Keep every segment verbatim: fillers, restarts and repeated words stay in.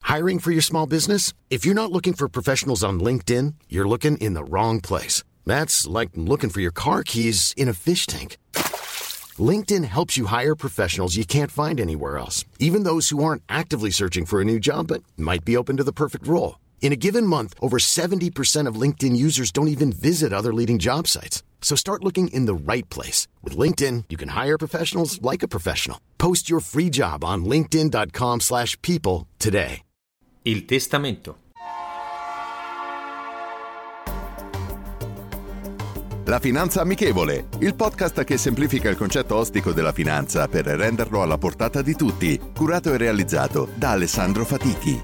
Hiring for your small business? If you're not looking for professionals on LinkedIn, you're looking in the wrong place. That's like looking for your car keys in a fish tank. LinkedIn helps you hire professionals you can't find anywhere else, even those who aren't actively searching for a new job but might be open to the perfect role. In a given month, over seventy percent of LinkedIn users don't even visit other leading job sites. So start looking in the right place. With LinkedIn, you can hire professionals like a professional. Post your free job on linkedin.com slash people today. Il testamento. La Finanza Amichevole, il podcast che semplifica il concetto ostico della finanza per renderlo alla portata di tutti, curato e realizzato da Alessandro Fatichi.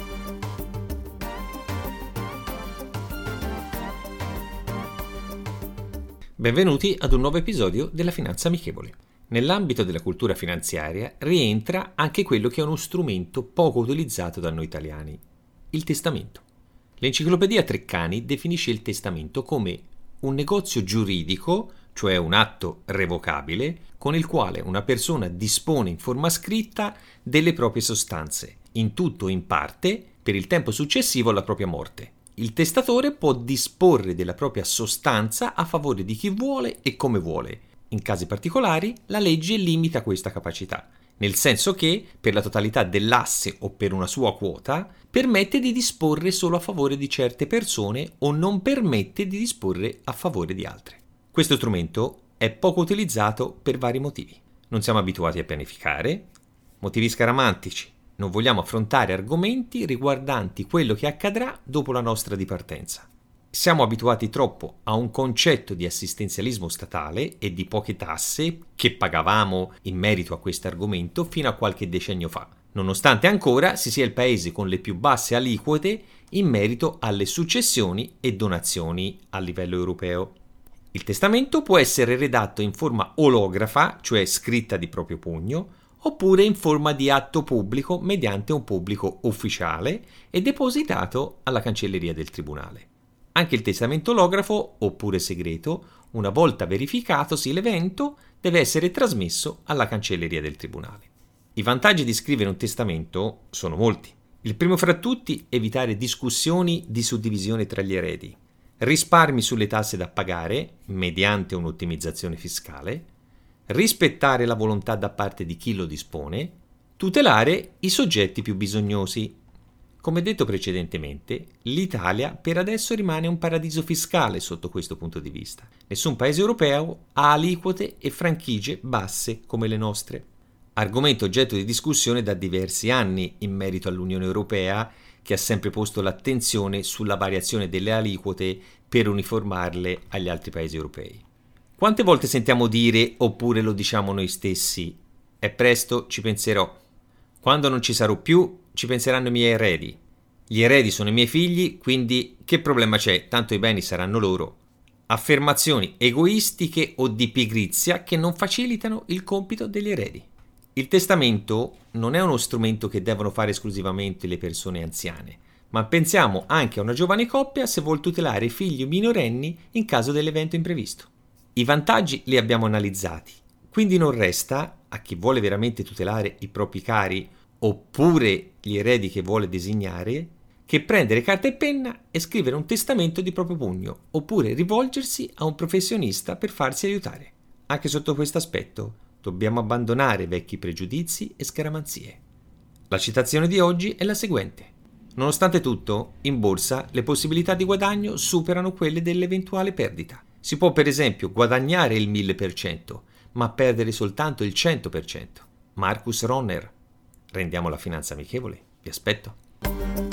Benvenuti ad un nuovo episodio della Finanza Amichevole. Nell'ambito della cultura finanziaria rientra anche quello che è uno strumento poco utilizzato da noi italiani, il testamento. L'enciclopedia Treccani definisce il testamento come un negozio giuridico, cioè un atto revocabile, con il quale una persona dispone in forma scritta delle proprie sostanze, in tutto o in parte, per il tempo successivo alla propria morte. Il testatore può disporre della propria sostanza a favore di chi vuole e come vuole. In casi particolari, la legge limita questa capacità, nel senso che, per la totalità dell'asse o per una sua quota, permette di disporre solo a favore di certe persone o non permette di disporre a favore di altre. Questo strumento è poco utilizzato per vari motivi. Non siamo abituati a pianificare, motivi scaramantici, non vogliamo affrontare argomenti riguardanti quello che accadrà dopo la nostra dipartenza. Siamo abituati troppo a un concetto di assistenzialismo statale e di poche tasse che pagavamo in merito a questo argomento fino a qualche decennio fa, nonostante ancora si sia il paese con le più basse aliquote in merito alle successioni e donazioni a livello europeo. Il testamento può essere redatto in forma olografa, cioè scritta di proprio pugno, oppure in forma di atto pubblico mediante un pubblico ufficiale e depositato alla cancelleria del tribunale. Anche il testamento olografo, oppure segreto, una volta verificatosi l'evento, deve essere trasmesso alla cancelleria del tribunale. I vantaggi di scrivere un testamento sono molti. Il primo fra tutti, evitare discussioni di suddivisione tra gli eredi, risparmi sulle tasse da pagare mediante un'ottimizzazione fiscale, rispettare la volontà da parte di chi lo dispone, tutelare i soggetti più bisognosi. Come detto precedentemente, l'Italia per adesso rimane un paradiso fiscale sotto questo punto di vista. Nessun paese europeo ha aliquote e franchigie basse come le nostre. Argomento oggetto di discussione da diversi anni in merito all'Unione Europea, che ha sempre posto l'attenzione sulla variazione delle aliquote per uniformarle agli altri paesi europei. Quante volte sentiamo dire, oppure lo diciamo noi stessi, è presto, ci penserò. Quando non ci sarò più, ci penseranno i miei eredi. Gli eredi sono i miei figli, quindi che problema c'è? Tanto i beni saranno loro. Affermazioni egoistiche o di pigrizia che non facilitano il compito degli eredi. Il testamento non è uno strumento che devono fare esclusivamente le persone anziane, ma pensiamo anche a una giovane coppia se vuol tutelare i figli minorenni in caso dell'evento imprevisto. I vantaggi li abbiamo analizzati, quindi non resta, a chi vuole veramente tutelare i propri cari oppure gli eredi che vuole designare, che prendere carta e penna e scrivere un testamento di proprio pugno, oppure rivolgersi a un professionista per farsi aiutare. Anche sotto questo aspetto dobbiamo abbandonare vecchi pregiudizi e scaramanzie. La citazione di oggi è la seguente. Nonostante tutto, in borsa le possibilità di guadagno superano quelle dell'eventuale perdita. Si può per esempio guadagnare il mille per cento, ma perdere soltanto il cento per cento. Marcus Ronner. Rendiamo la finanza amichevole. Vi aspetto.